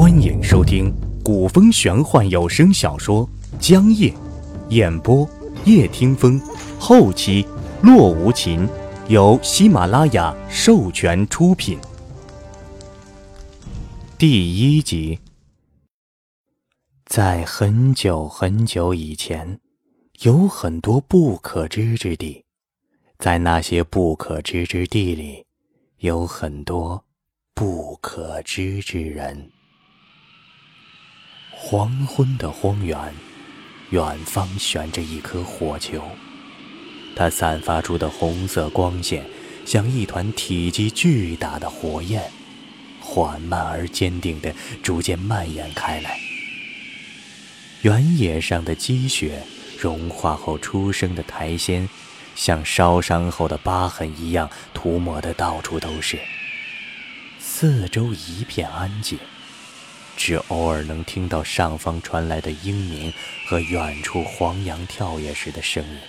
欢迎收听古风玄幻有声小说《江夜》，演播叶听风，后期洛无情，由喜马拉雅授权出品。第1集。在很久很久以前，有很多不可知之地，在那些不可知之地里，有很多不可知之人。黄昏的荒原，远方悬着一颗火球，它散发出的红色光线像一团体积巨大的火焰，缓慢而坚定地逐渐蔓延开来。原野上的积雪融化后出生的苔藓，像烧伤后的疤痕一样涂抹得到处都是。四周一片安静，只偶尔能听到上方传来的鹰鸣和远处黄羊跳跃时的声音。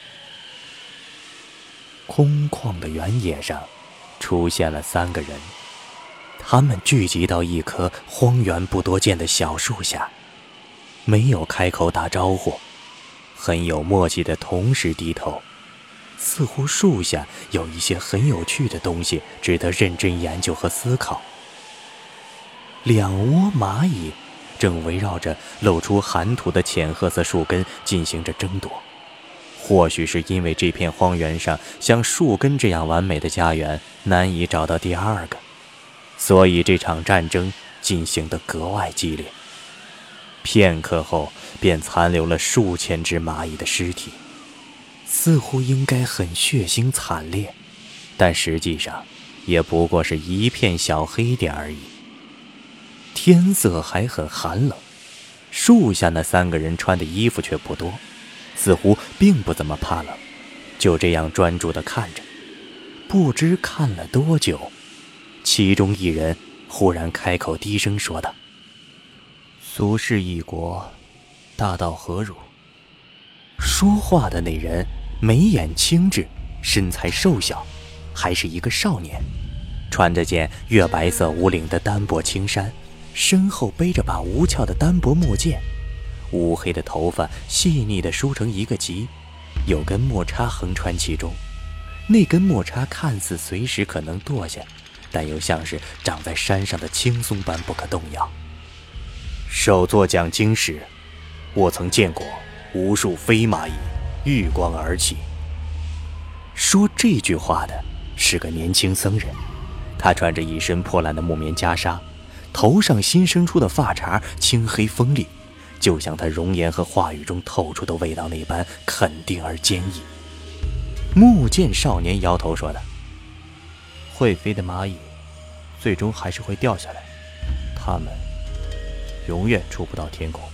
空旷的原野上出现了3个人，他们聚集到一棵荒原不多见的小树下，没有开口打招呼，很有默契的同时低头，似乎树下有一些很有趣的东西值得认真研究和思考。2窝蚂蚁正围绕着露出寒土的浅褐色树根进行着争夺。或许是因为这片荒原上像树根这样完美的家园难以找到第2个，所以这场战争进行得格外激烈。片刻后便残留了数千只蚂蚁的尸体，似乎应该很血腥惨烈，但实际上也不过是一片小黑点而已。天色还很寒冷，树下那3个人穿的衣服却不多，似乎并不怎么怕冷，就这样专注地看着。不知看了多久，其中一人忽然开口低声说道：“俗世一国，大道何如？”说话的那人眉眼清致，身材瘦小，还是一个少年，穿着件月白色无领的单薄青衫，身后背着把无鞘的单薄木剑，乌黑的头发细腻地梳成一个髻，有根木叉横穿其中。那根木叉看似随时可能剁下，但又像是长在山上的青松般不可动摇。手作讲经时，我曾见过无数飞蚂蚁御光而起。说这句话的是个年轻僧人，他穿着一身破烂的木棉袈裟，头上新生出的发茬青黑锋利，就像他容颜和话语中透出的味道那般肯定而坚毅。木剑少年摇头说道：“会飞的蚂蚁最终还是会掉下来，它们永远触不到天空。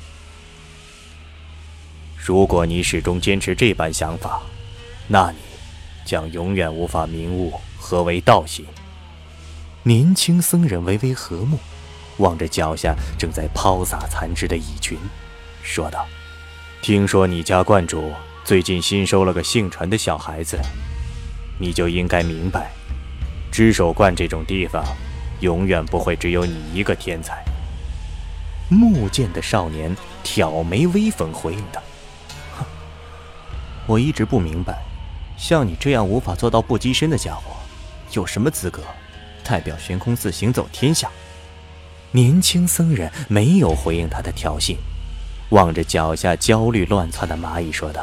如果你始终坚持这般想法，那你将永远无法明悟何为道行。”年轻僧人微微和睦，望着脚下正在抛洒残肢的蚁群，说道：“听说你家观主最近新收了个姓陈的小孩子，你就应该明白，知守观这种地方永远不会只有你一个天才。”木剑的少年挑眉微讽回应道：“哼，我一直不明白，像你这样无法做到不击身的家伙，有什么资格代表悬空寺行走天下？”年轻僧人没有回应他的挑衅，望着脚下焦虑乱窜的蚂蚁说道：“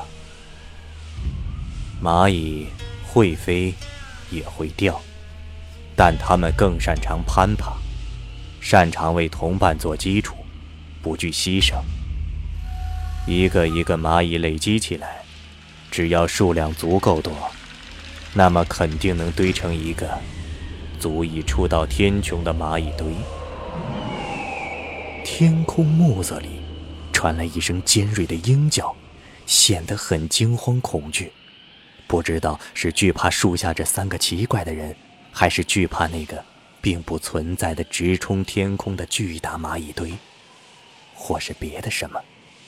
蚂蚁会飞也会掉，但它们更擅长攀爬，擅长为同伴做基础，不惧牺牲。一个一个蚂蚁累积起来，只要数量足够多，那么肯定能堆成一个足以触到天穹的蚂蚁堆。”天空暮色里传来一声尖锐的鹰叫，显得很惊慌恐惧，不知道是惧怕树下这3个奇怪的人，还是惧怕那个并不存在的直冲天空的巨大蚂蚁堆，或是别的什么。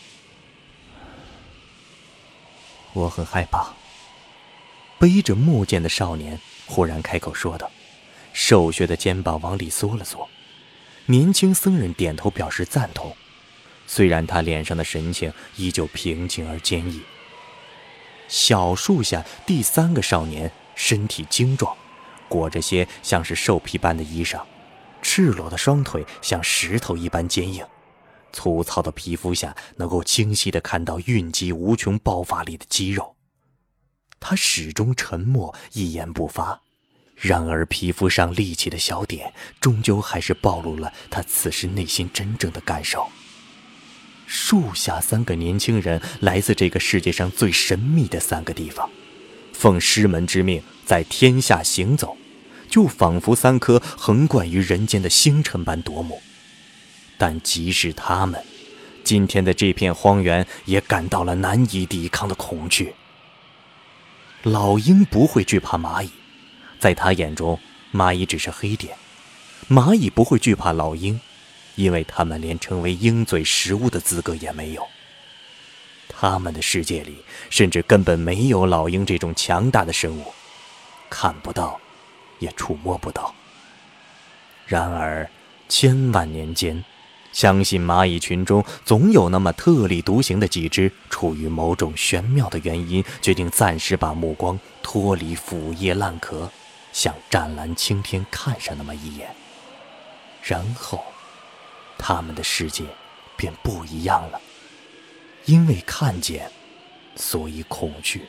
我很害怕。背着木剑的少年忽然开口说道，瘦削的肩膀往里缩了缩， 年轻僧人点头表示赞同，虽然他脸上的神情依旧平静而坚毅。小树下第3个少年身体精壮，裹着些像是兽皮般的衣裳，赤裸的双腿像石头一般坚硬，粗糙的皮肤下能够清晰地看到蕴积无穷爆发力的肌肉。他始终沉默，一言不发，然而皮肤上立起的小点终究还是暴露了他此时内心真正的感受。树下3个年轻人来自这个世界上最神秘的3个地方，奉师门之命在天下行走，就仿佛3颗横贯于人间的星辰般夺目。但即使他们，今天的这片荒原也感到了难以抵抗的恐惧。老鹰不会惧怕蚂蚁，在他眼中，蚂蚁只是黑点；蚂蚁不会惧怕老鹰，因为他们连成为鹰嘴食物的资格也没有。他们的世界里甚至根本没有老鹰这种强大的生物，看不到，也触摸不到。然而，千万年间，相信蚂蚁群中总有那么特立独行的几只，出于某种玄妙的原因，决定暂时把目光脱离腐叶烂壳，向湛蓝青天看上那么一眼，然后他们的世界便不一样了。因为看见，所以恐惧。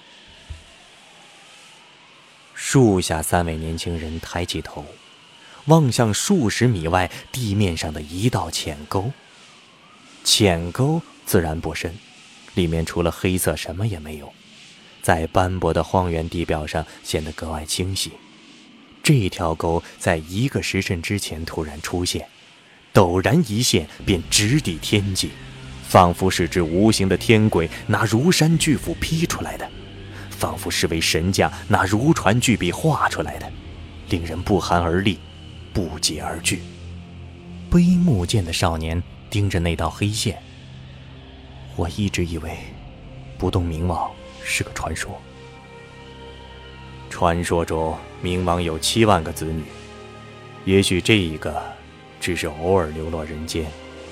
树下3位年轻人抬起头，望向数十米外地面上的一道浅沟。浅沟自然不深，里面除了黑色什么也没有，在斑驳的荒原地表上显得格外清晰。这条沟在1个时辰之前突然出现，陡然一现便直抵天际，仿佛是只无形的天鬼拿如山巨斧劈出来的，仿佛是位神将拿如椽巨笔画出来的，令人不寒而栗，不解而惧。背木剑的少年盯着那道黑线，我一直以为不动明王是个传说。传说中明王有7万个子女，也许这一个只是偶尔流落人间。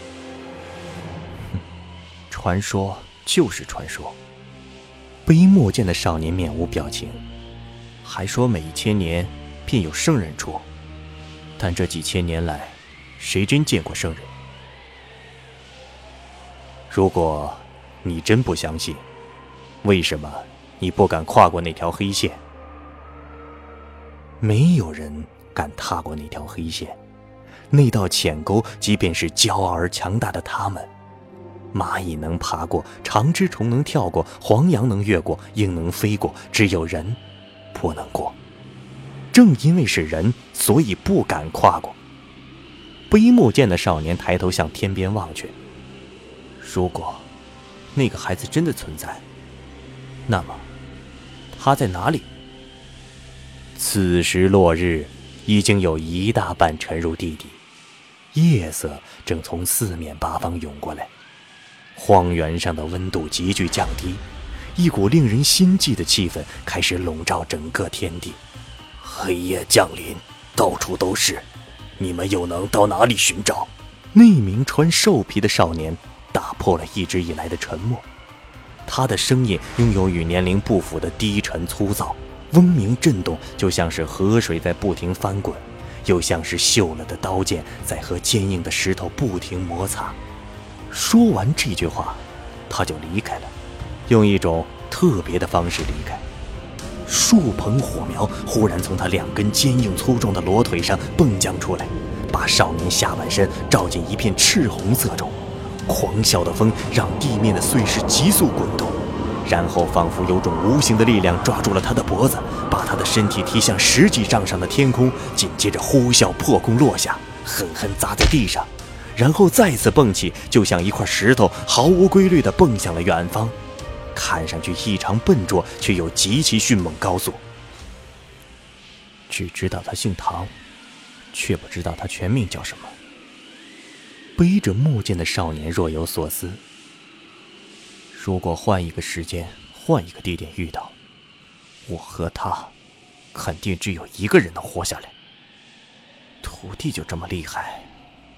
传说就是传说。背墨剑的少年面无表情，还说每1000年便有圣人出，但这几千年来，谁真见过圣人？如果你真不相信，为什么你不敢跨过那条黑线？没有人敢踏过那条黑线，那道浅沟，即便是骄傲而强大的他们，蚂蚁能爬过，长肢虫能跳过，黄羊能越过，鹰能飞过，只有人不能过。正因为是人，所以不敢跨过。背木剑的少年抬头向天边望去，如果那个孩子真的存在，那么他在哪里？此时落日已经有1大半沉入地底，夜色正从4面8方涌过来，荒原上的温度急剧降低，一股令人心悸的气氛开始笼罩整个天地。黑夜降临，到处都是，你们又能到哪里寻找？那名穿兽皮的少年打破了一直以来的沉默，他的声音拥有与年龄不符的低沉粗糙，嗡鸣震动，就像是河水在不停翻滚，又像是锈了的刀剑在和坚硬的石头不停摩擦。说完这句话，他就离开了，用一种特别的方式离开。数捧火苗忽然从他2根坚硬粗壮的裸腿上迸将出来，把少年下半身照进一片赤红色中。狂啸的风让地面的碎石急速滚动，然后仿佛有种无形的力量抓住了他的脖子，把他的身体提向10几丈上的天空，紧接着呼啸破空落下，狠狠砸在地上，然后再次蹦起，就像一块石头毫无规律地蹦向了远方，看上去异常笨拙，却又极其迅猛高速。只知道他姓唐，却不知道他全名叫什么。背着木剑的少年若有所思，如果换一个时间，换一个地点遇到，我和他肯定只有一个人能活下来。徒弟就这么厉害，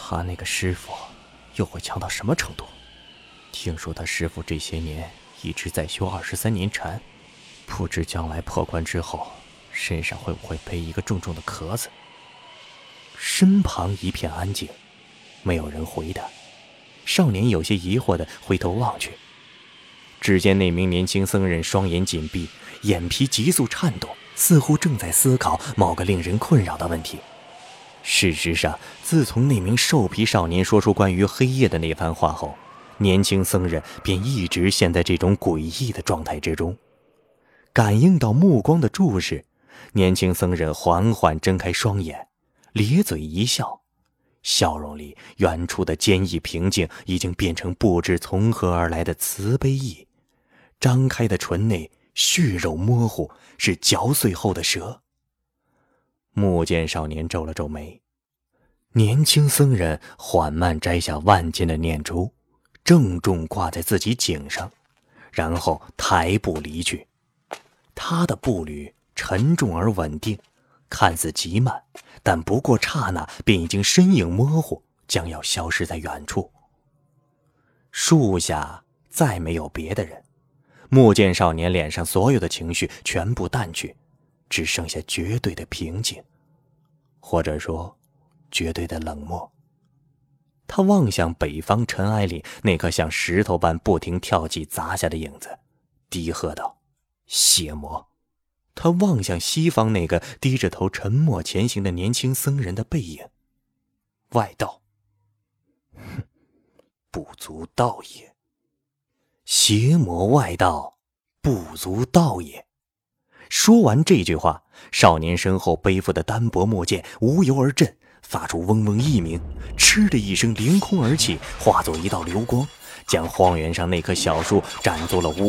他那个师傅又会强到什么程度？听说他师傅这些年一直在修23年禅，不知将来破关之后身上会不会背一个重重的壳子。身旁一片安静，没有人回答。少年有些疑惑地回头望去，只见那名年轻僧人双眼紧闭，眼皮急速颤动，似乎正在思考某个令人困扰的问题。事实上，自从那名瘦皮少年说出关于黑夜的那番话后，年轻僧人便一直陷在这种诡异的状态之中。感应到目光的注视，年轻僧人缓缓睁开双眼，咧嘴一笑，笑容里原初的坚毅平静已经变成不知从何而来的慈悲意。张开的唇内血肉模糊，是嚼碎后的蛇。木剑少年皱了皱眉，年轻僧人缓慢摘下万斤的念珠，郑重挂在自己颈上，然后抬步离去。他的步履沉重而稳定，看似极慢，但不过刹那便已经身影模糊，将要消失在远处。树下再没有别的人，木剑少年脸上所有的情绪全部淡去，只剩下绝对的平静，或者说绝对的冷漠。他望向北方尘埃里那颗像石头般不停跳起砸下的影子，低喝道：邪魔。他望向西方那个低着头沉默前行的年轻僧人的背影，外道。哼，不足道也。邪魔外道，不足道也。说完这句话，少年身后背负的单薄墨剑无由而震，发出嗡嗡一鸣，嗤的一声凌空而起，化作一道流光，将荒原上那棵小树斩作了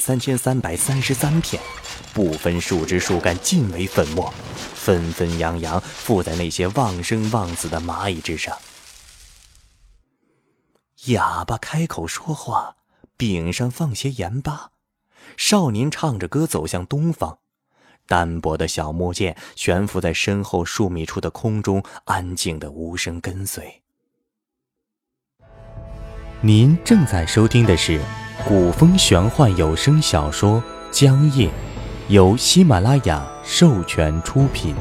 53333片，部分树枝树干尽为粉末，纷纷扬扬附在那些忘生忘死的蚂蚁之上。哑巴开口说话，柄上放些盐巴。少年唱着歌走向东方，单薄的小木剑悬浮在身后数米处的空中，安静的无声跟随。您正在收听的是古风玄幻有声小说《江夜》，由喜马拉雅授权出品。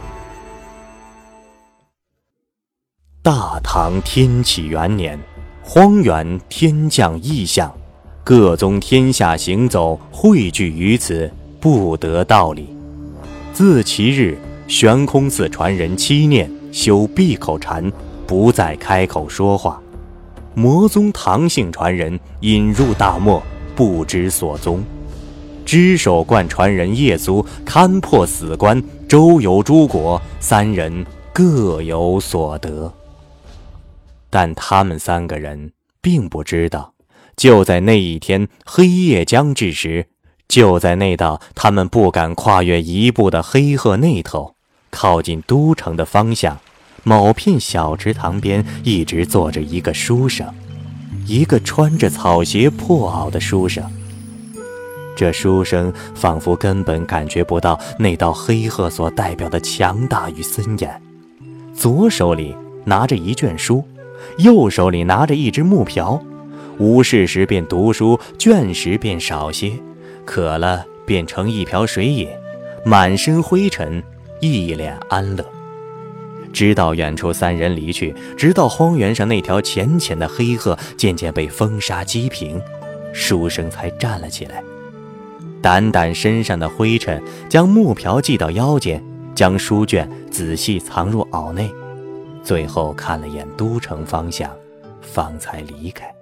大唐天启元年，荒原天降异象，各宗天下行走汇聚于此，不得道理。自其日，悬空寺传人七念修闭口禅，不再开口说话。魔宗唐姓传人引入大漠，不知所踪。知守观传人叶苏勘破死关，周游诸国，三人各有所得。但他们三个人并不知道，就在那一天黑夜将至时，就在那道他们不敢跨越一步的黑壑那头，靠近都城的方向，某片小池塘边一直坐着一个书生，一个穿着草鞋破袄的书生。这书生仿佛根本感觉不到那道黑壑所代表的强大与森严，左手里拿着一卷书，右手里拿着一只木瓢，无事时便读书，倦时便少些，渴了便盛一瓢水饮，满身灰尘，一脸安乐。直到远处三人离去，直到荒原上那条浅浅的黑壑渐渐被风沙击平，书生才站了起来，掸掸身上的灰尘，将木瓢系到腰间，将书卷仔细藏入袄内，最后看了眼都城方向，方才离开。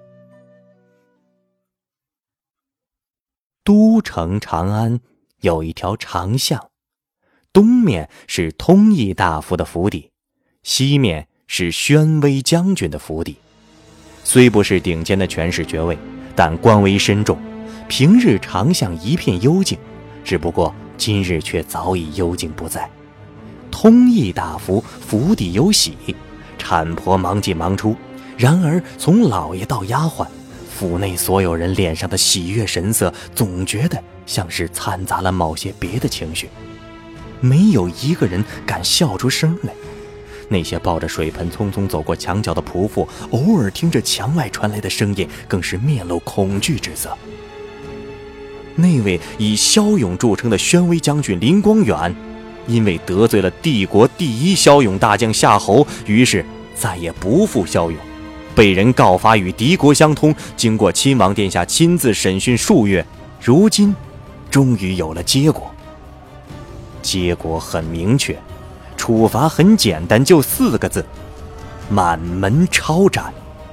都城长安有一条长巷，东面是通义大夫的府邸，西面是宣威将军的府邸。虽不是顶尖的权势爵位，但官威深重，平日长巷一片幽静，只不过今日却早已幽静不在。通义大夫府邸有喜，产婆忙进忙出，然而从老爷到丫鬟，府内所有人脸上的喜悦神色总觉得像是掺杂了某些别的情绪，没有一个人敢笑出声来。 那些抱着水盆匆匆走过墙角的仆妇，偶尔听着墙外传来的声音，更是面露恐惧之色。那位以骁勇著称的宣威将军林光远，因为得罪了帝国第一骁勇大将夏侯，于是再也不复骁勇，被人告发与敌国相通。经过亲王殿下亲自审讯数月，如今终于有了结果。结果很明确，处罚很简单，就4个字：满门抄斩。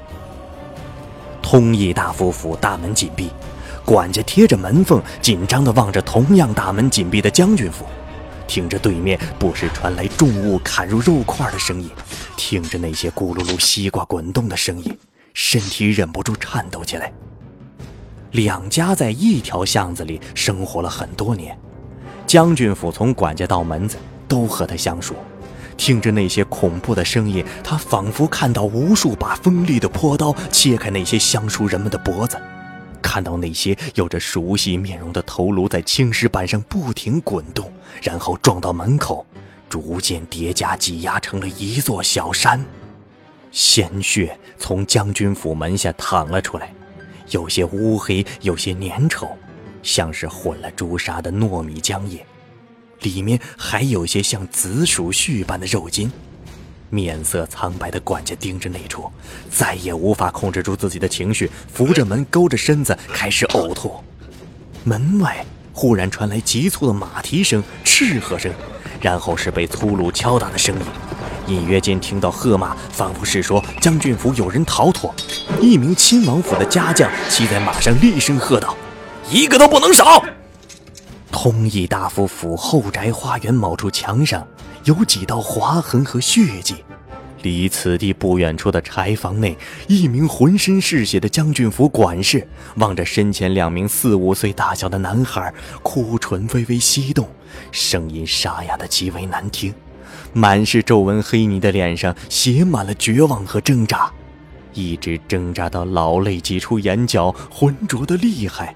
通义大夫府大门紧闭，管家贴着门缝，紧张地望着同样大门紧闭的将军府，听着对面不时传来重物砍入肉块的声音，听着那些咕噜噜西瓜滚动的声音，身体忍不住颤抖起来。两家在一条巷子里生活了很多年，将军府从管家到门子都和他相熟。听着那些恐怖的声音，他仿佛看到无数把锋利的坡刀切开那些相熟人们的脖子，看到那些有着熟悉面容的头颅在青石板上不停滚动，然后撞到门口，逐渐叠加挤压成了一座小山。鲜血从将军府门下淌了出来，有些乌黑，有些粘稠，像是混了朱砂的糯米浆液，里面还有些像紫薯絮般的肉筋。面色苍白的管家盯着那处，再也无法控制住自己的情绪，扶着门，勾着身子开始呕吐。门外忽然传来急促的马蹄声、斥喝声，然后是被粗鲁敲打的声音。隐约间听到喝骂，仿佛是说将军府有人逃脱。一名亲王府的家将骑在马上，厉声喝道：“一个都不能少！”通义大夫府后宅花园某处墙上有几道划痕和血迹，离此地不远处的柴房内，一名浑身是血的将军府管事望着身前2名4、5岁大小的男孩，哭唇微微翕动，声音沙哑得极为难听，满是皱纹黑泥的脸上写满了绝望和挣扎，一直挣扎到老泪挤出眼角，浑浊得厉害。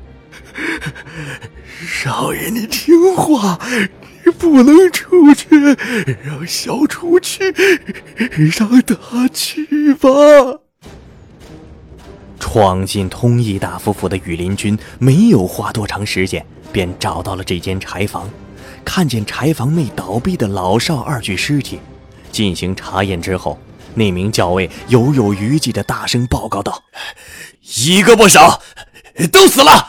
少爷，你听话，你不能出去，让小楚去，让他去吧。闯进通义大夫府的羽林军没有花多长时间，便找到了这间柴房，看见柴房内倒闭的老少2具尸体。进行查验之后，那名校尉犹有余悸地大声报告道：“一个不少，都死了。”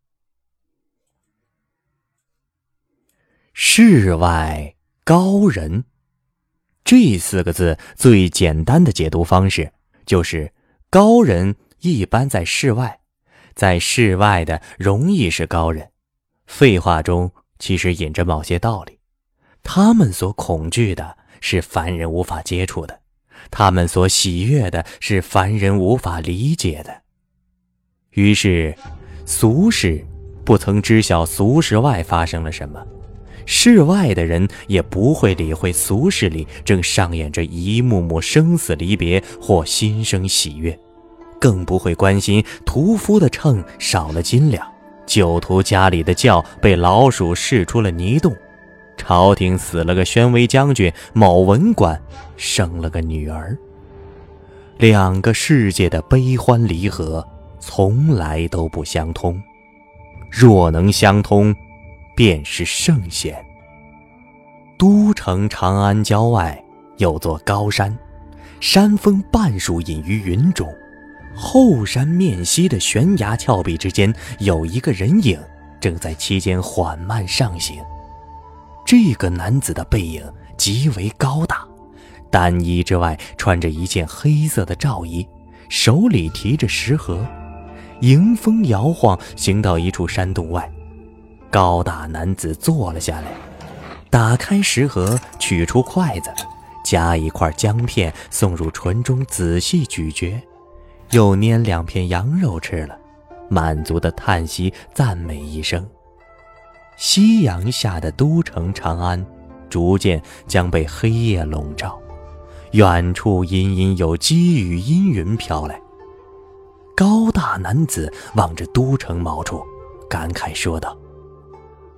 世外高人，这4个字最简单的解读方式就是高人一般在室外，在室外的容易是高人。废话中其实隐着某些道理，他们所恐惧的是凡人无法接触的，他们所喜悦的是凡人无法理解的。于是俗世不曾知晓俗世外发生了什么，世外的人也不会理会俗世里正上演着一幕幕生死离别或心生喜悦，更不会关心屠夫的秤少了斤两，酒徒家里的窖被老鼠噬出了泥洞，朝廷死了个宣威将军，某文官生了个女儿。2个世界的悲欢离合从来都不相通，若能相通，便是圣贤。都城长安郊外有座高山，山峰半数隐于云中，后山面西的悬崖峭壁之间有一个人影正在其间缓慢上行。这个男子的背影极为高大，单衣之外穿着一件黑色的罩衣，手里提着食盒，迎风摇晃，行到一处山洞外。高大男子坐了下来，打开食盒，取出筷子，夹一块姜片送入唇中，仔细咀嚼，又拈2片羊肉吃了，满足地叹息赞美一声。夕阳下的都城长安逐渐将被黑夜笼罩，远处隐隐有积雨阴云飘来。高大男子望着都城某处，感慨说道：“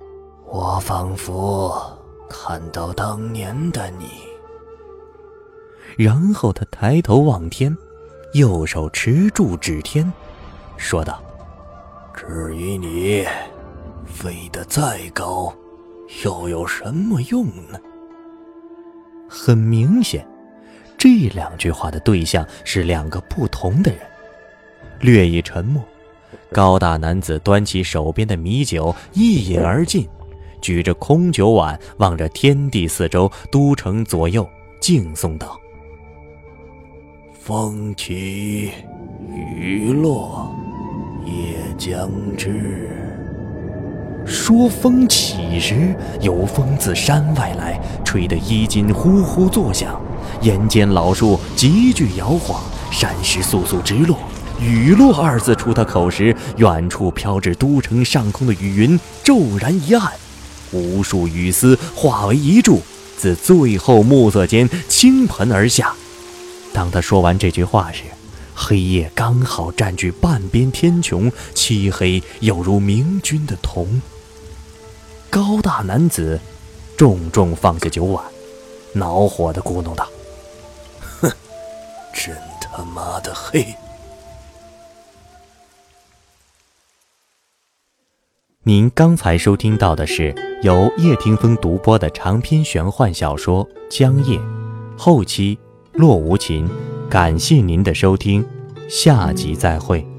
我仿佛看到当年的你。” 然后他抬头望天，右手持柱指天，说道：至于你飞得再高，又有什么用呢？很明显，这2句话的对象是2个不同的人。略一沉默，高大男子端起手边的米酒一饮而尽，举着空酒碗望着天地四周、都城左右，敬诵道：风起雨落夜将至。说风起时，有风自山外来，吹得衣襟呼呼作响，岩间老树急剧摇晃，山石簌簌直落。雨落2字出他口时，远处飘至都城上空的雨云骤然一暗，无数雨丝化为一柱，自最后暮色间倾盆而下。当他说完这句话时，黑夜刚好占据半边天穹，漆黑有如明君的瞳。高大男子重重放下酒碗，恼火地咕哝道：哼，真他妈的黑。您刚才收听到的是由叶听风独播的长篇玄幻小说《江夜》，后期骆无情。感谢您的收听，下集再会。